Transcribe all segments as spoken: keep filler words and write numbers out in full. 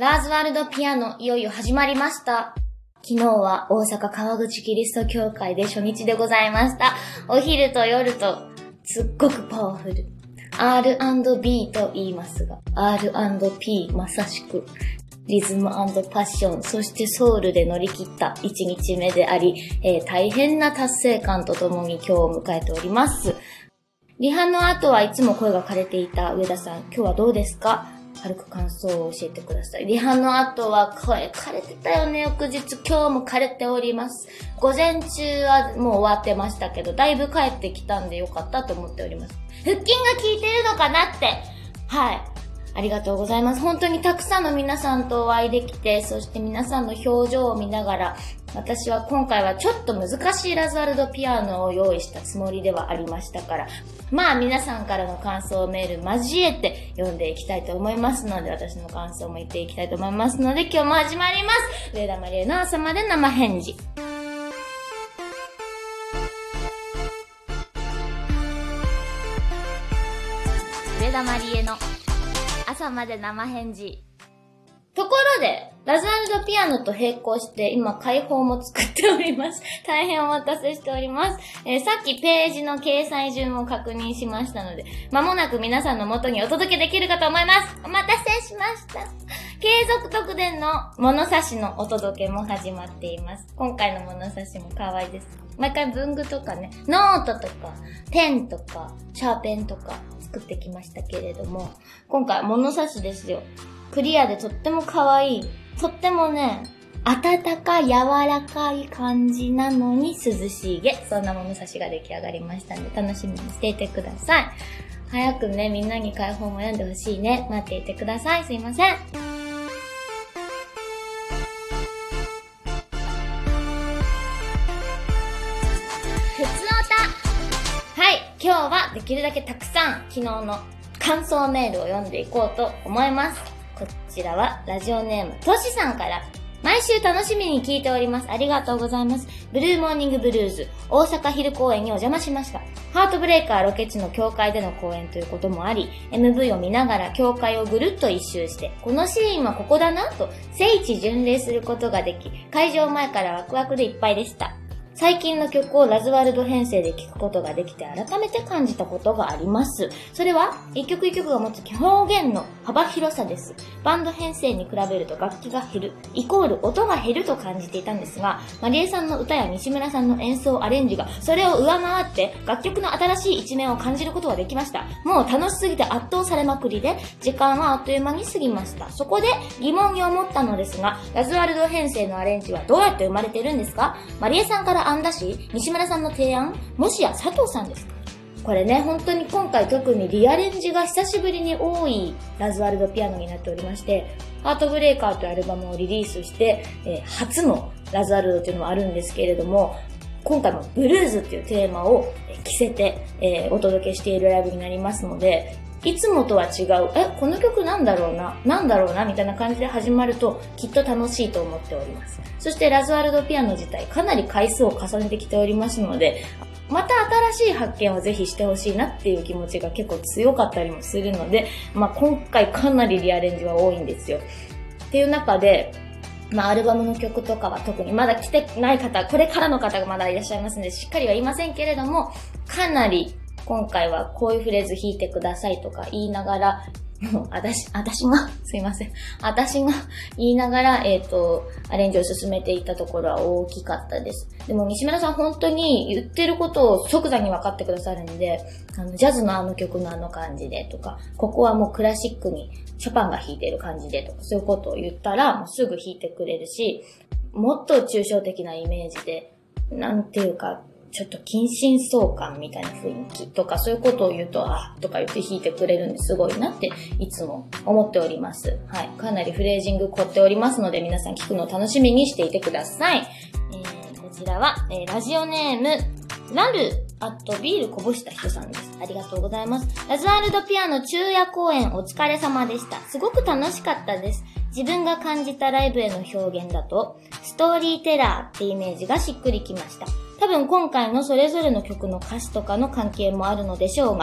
ラーズワールドピアノいよいよ始まりました。昨日は大阪川口キリスト教会で初日でございました。お昼と夜とすっごくパワフル。アールアンドビー と言いますが、アールアンドピー まさしくリズム&パッション、そしてソウルで乗り切ったいちにちめであり、えー、大変な達成感とともに今日を迎えております。リハの後はいつも声が枯れていた上田さん、今日はどうですか？軽く感想を教えてください。リハの後は声枯れてたよね、翌日。今日も枯れております。午前中はもう終わってましたけど、だいぶ帰ってきたんでよかったと思っております。腹筋が効いてるのかなって。はい。ありがとうございます。本当にたくさんの皆さんとお会いできて、そして皆さんの表情を見ながら、私は今回はちょっと難しいラズワルドピアノを用意したつもりではありましたから、まあ皆さんからの感想メール交えて読んでいきたいと思いますので、私の感想も言っていきたいと思いますので、今日も始まります。上田まりえの朝まで生返事。上田まりえの朝まで生返事。ところで、ラズワルドピアノと並行して今開放も作っております。大変お待たせしております。えー、さっきページの掲載順を確認しましたので、間もなく皆さんの元にお届けできるかと思います。お待たせしました。継続特典の物差しのお届けも始まっています。今回の物差しも可愛いです。毎回文具とかね、ノートとか、ペンとか、シャーペンとか作ってきましたけれども、今回物差しですよ。クリアでとっても可愛い。とってもね、温かい柔らかい感じなのに涼しげ。そんな物差しが出来上がりましたので楽しみにしていてください。早くね、みんなに開放も読んでほしいね。待っていてください。すいません。ふつおた。はい、今日はできるだけたくさん昨日の感想メールを読んでいこうと思います。こちらはラジオネームとしさんから。毎週楽しみに聞いております。ありがとうございます。ブルーモーニングブルーズ大阪昼公演にお邪魔しました。ハートブレイカーロケ地の教会での公演ということもあり、 エムブイ を見ながら教会をぐるっと一周して、このシーンはここだなと聖地巡礼することができ、会場前からワクワクでいっぱいでした。最近の曲をラズワルド編成で聴くことができて改めて感じたことがあります。それは一曲一曲が持つ表現の幅広さです。バンド編成に比べると楽器が減る、イコール音が減ると感じていたんですが、まりえさんの歌や西村さんの演奏アレンジがそれを上回って楽曲の新しい一面を感じることができました。もう楽しすぎて圧倒されまくりで、時間はあっという間に過ぎました。そこで疑問に思ったのですが、ラズワルド編成のアレンジはどうやって生まれているんですか？まりえさんから案出し、西村さんの提案、もしや佐藤さんですか？これね、本当に今回特にリアレンジが久しぶりに多いラズワルドピアノになっておりまして、ハートブレイカーというアルバムをリリースして、えー、初のラズワルドというのもあるんですけれども、今回もブルーズっていうテーマを着せて、えー、お届けしているライブになりますので、いつもとは違う、え、この曲なんだろうな、なんだろうな、みたいな感じで始まると、きっと楽しいと思っております。そしてラズワルドピアノ自体、かなり回数を重ねてきておりますので、また新しい発見をぜひしてほしいなっていう気持ちが結構強かったりもするので、まあ今回かなりリアレンジは多いんですよ。っていう中で、まあアルバムの曲とかは特にまだ来てない方、これからの方がまだいらっしゃいますので、しっかりは言いませんけれども、かなり今回はこういうフレーズ弾いてくださいとか言いながら、もう、あたし、あたしが、すいません。あたしが言いながら、えっと、アレンジを進めていったところは大きかったです。でも、西村さん本当に言ってることを即座に分かってくださるんで、あの、ジャズのあの曲のあの感じでとか、ここはもうクラシックにショパンが弾いてる感じでとか、そういうことを言ったら、もうすぐ弾いてくれるし、もっと抽象的なイメージで、なんていうか、ちょっと近親相関みたいな雰囲気とかそういうことを言うと、あとか言って弾いてくれるんですごいなっていつも思っております。はい。かなりフレージング凝っておりますので皆さん聞くのを楽しみにしていてください。えー、こちらは、えー、ラジオネーム、ラルアットビールこぼした人さんです。ありがとうございます。ラズワルドピアノ昼夜公演お疲れ様でした。すごく楽しかったです。自分が感じたライブへの表現だと、ストーリーテラーってイメージがしっくりきました。多分今回のそれぞれの曲の歌詞とかの関係もあるのでしょうが、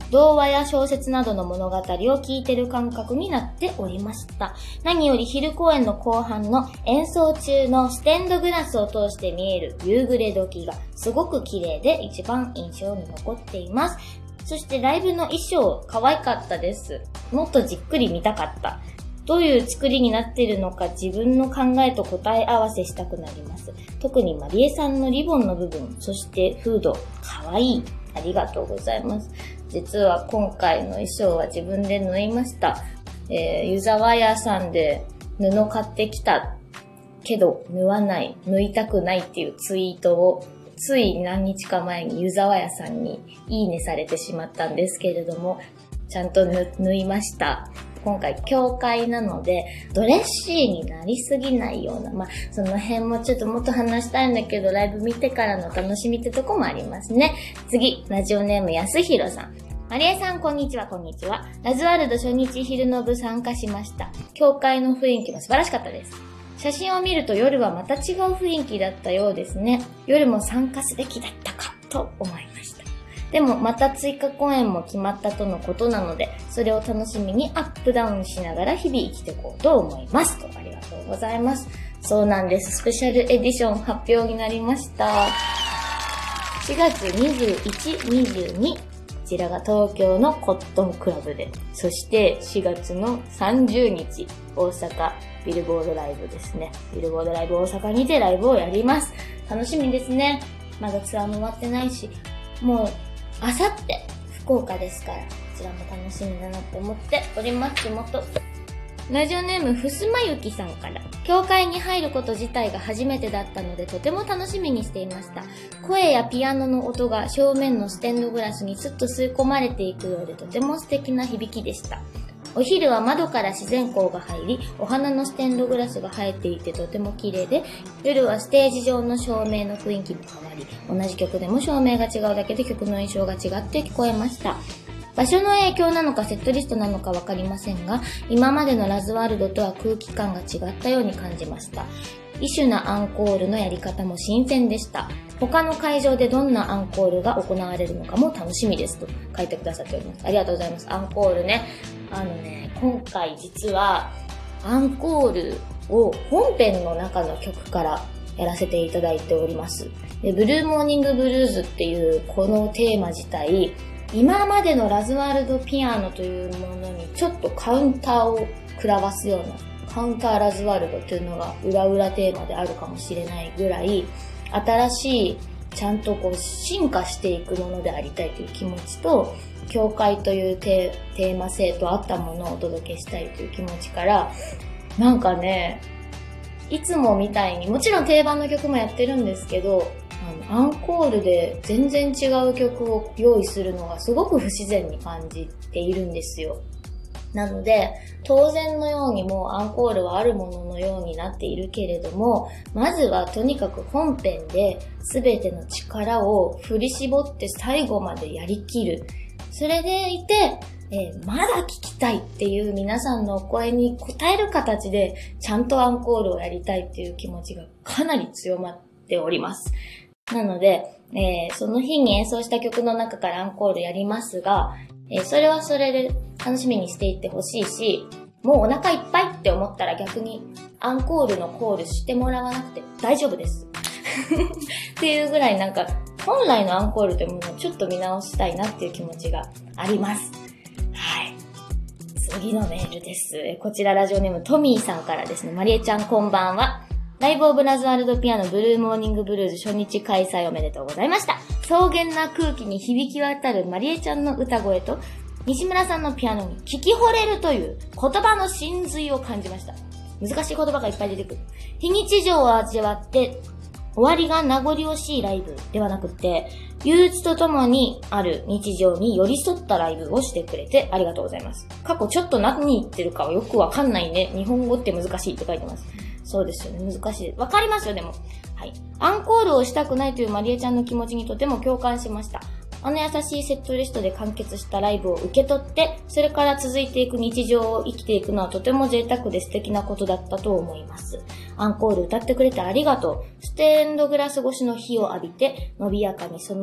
童話や小説などの物語を聞いてる感覚になっておりました。何より昼公演の後半の演奏中のステンドグラスを通して見える夕暮れ時がすごく綺麗で一番印象に残っています。そしてライブの衣装可愛かったです。もっとじっくり見たかった。どういう作りになっているのか自分の考えと答え合わせしたくなります。特にマリエさんのリボンの部分、そしてフード、可愛い。ありがとうございます。実は今回の衣装は自分で縫いました。えー、湯沢屋さんで布買ってきたけど縫わない、縫いたくないっていうツイートをつい何日か前に湯沢屋さんにいいねされてしまったんですけれども、ちゃんと縫いました。今回教会なのでドレッシーになりすぎないような、まあその辺もちょっともっと話したいんだけど、ライブ見てからの楽しみってとこもありますね。次、ラジオネームやすひろさん。マリエさんこんにちは、こんにちは。ラズワールド初日昼の部参加しました。教会の雰囲気も素晴らしかったです。写真を見ると夜はまた違う雰囲気だったようですね。夜も参加すべきだったかと思いました。でもまた追加公演も決まったとのことなので、それを楽しみにアップダウンしながら日々生きていこうと思いますと。ありがとうございます。そうなんです。スペシャルエディション発表になりました。しがつにじゅういち、にじゅうに、こちらが東京のコットンクラブで、そしてしがつのさんじゅうにち、大阪ビルボードライブですね。ビルボードライブ大阪にてライブをやります。楽しみですね。まだツアーも終わってないし、もうあさって福岡ですから、こちらも楽しみだなって思っております。地元。ラジオネームふすまゆきさんから、教会に入ること自体が初めてだったのでとても楽しみにしていました。声やピアノの音が正面のステンドグラスにスッと吸い込まれていくようでとても素敵な響きでした。お昼は窓から自然光が入り、お花のステンドグラスが生えていてとても綺麗で、夜はステージ上の照明の雰囲気も変わり、同じ曲でも照明が違うだけで曲の印象が違って聞こえました。場所の影響なのかセットリストなのかわかりませんが、今までのラズワールドとは空気感が違ったように感じました。異種なアンコールのやり方も新鮮でした。他の会場でどんなアンコールが行われるのかも楽しみですと書いてくださっております。ありがとうございます。アンコールね。あのね、今回実はアンコールを本編の中の曲からやらせていただいております。で、ブルーモーニングブルーズっていうこのテーマ自体、今までのラズワールドピアノというものにちょっとカウンターを食らわすような、カウンターラズワールドっていうのが裏裏テーマであるかもしれないぐらい、新しいちゃんとこう進化していくものでありたいという気持ちと、教会というテー、テーマ性と合ったものをお届けしたいという気持ちから、なんかね、いつもみたいに、もちろん定番の曲もやってるんですけど、あのアンコールで全然違う曲を用意するのがすごく不自然に感じているんですよ。なので、当然のようにもうアンコールはあるもののようになっているけれども、まずはとにかく本編で全ての力を振り絞って最後までやりきる。それでいて、えー、まだ聞きたいっていう皆さんのお声に応える形でちゃんとアンコールをやりたいっていう気持ちがかなり強まっております。なので、えー、その日に演奏した曲の中からアンコールやりますが、えー、それはそれで楽しみにしていってほしいし、もうお腹いっぱいって思ったら逆にアンコールのコールしてもらわなくて大丈夫です。っていうぐらいなんか本来のアンコールというものをちょっと見直したいなっていう気持ちがあります。はい。次のメールです。こちらラジオネームトミーさんからですね。マリエちゃんこんばんは。ライブオブラズワールドピアノブルーモーニングブルーズ初日開催おめでとうございました。草原な空気に響き渡るマリエちゃんの歌声と西村さんのピアノに聞き惚れるという言葉の真髄を感じました。難しい言葉がいっぱい出てくる。非日常を味わって終わりが名残惜しいライブではなくて、憂鬱とともにある日常に寄り添ったライブをしてくれてありがとうございます。過去ちょっと何言ってるかはよくわかんないね。日本語って難しいって書いてます。そうですよね。難しい。わかりますよ、でも。はい。アンコールをしたくないというマリエちゃんの気持ちにとても共感しました。あの優しいセットリストで完結したライブを受け取って、それから続いていく日常を生きていくのはとても贅沢で素敵なことだったと思います。アンコール歌ってくれてありがとう。ステンドグラス越しの火を浴びて、伸びやかにその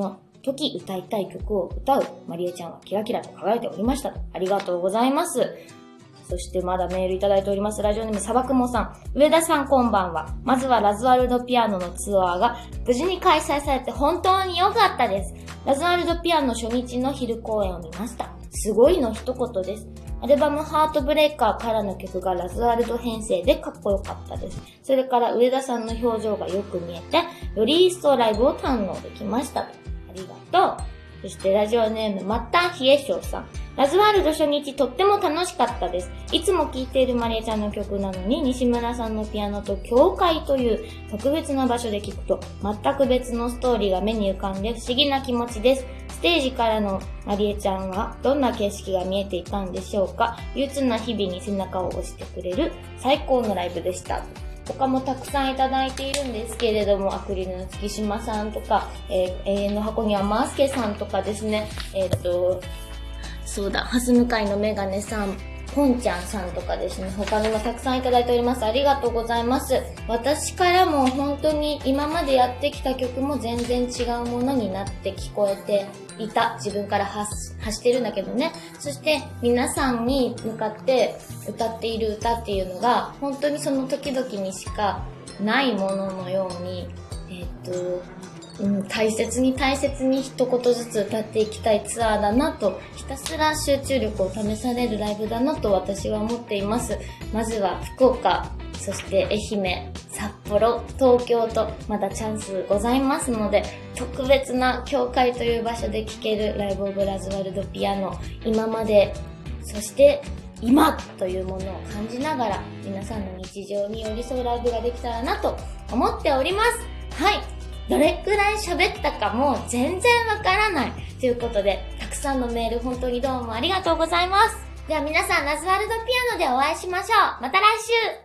時歌いたい曲を歌うまりえちゃんはキラキラと輝いておりました。ありがとうございます。そしてまだメールいただいております。ラジオネームさばくもさん。上田さんこんばんは。まずはラズワルドピアノのツアーが無事に開催されて本当に良かったです。ラズワルドピアノ初日の昼公演を見ました。すごいの一言です。アルバムハートブレイカーからの曲がラズワルド編成でかっこよかったです。それから上田さんの表情がよく見えて、より一層ライブを堪能できました。ありがとう。そしてラジオネームまったんひえしょうさん。ラズワールド初日とっても楽しかったです。いつも聴いているまりえちゃんの曲なのに西村さんのピアノと教会という特別な場所で聴くと全く別のストーリーが目に浮かんで不思議な気持ちです。ステージからのまりえちゃんはどんな景色が見えていたんでしょうか。憂鬱な日々に背中を押してくれる最高のライブでした。他もたくさんいただいているんですけれども、アクリルの月島さんとか、えー、永遠の箱にはマースケさんとかですね、えー、っと、そうだ、ハス向かいのメガネさん、ポンちゃんさんとかですね、他にもたくさんいただいております。ありがとうございます。私からも本当に今までやってきた曲も全然違うものになって聞こえていた。自分から発、発してるんだけどね。そして皆さんに向かって歌っている歌っていうのが本当にその時々にしかないもののように、えっと、うん、大切に大切に一言ずつ歌っていきたいツアーだなと、ひたすら集中力を試されるライブだなと私は思っています。まずは福岡、そして愛媛、札幌、東京とまだチャンスございますので、特別な教会という場所で聴けるライブオブラズワルドピアノ、今まで、そして今というものを感じながら皆さんの日常に寄り添うライブができたらなと思っております。はい。どれくらい喋ったかも全然わからない。ということで、たくさんのメール本当にどうもありがとうございます。では皆さん、ラズワルドピアノでお会いしましょう。また来週。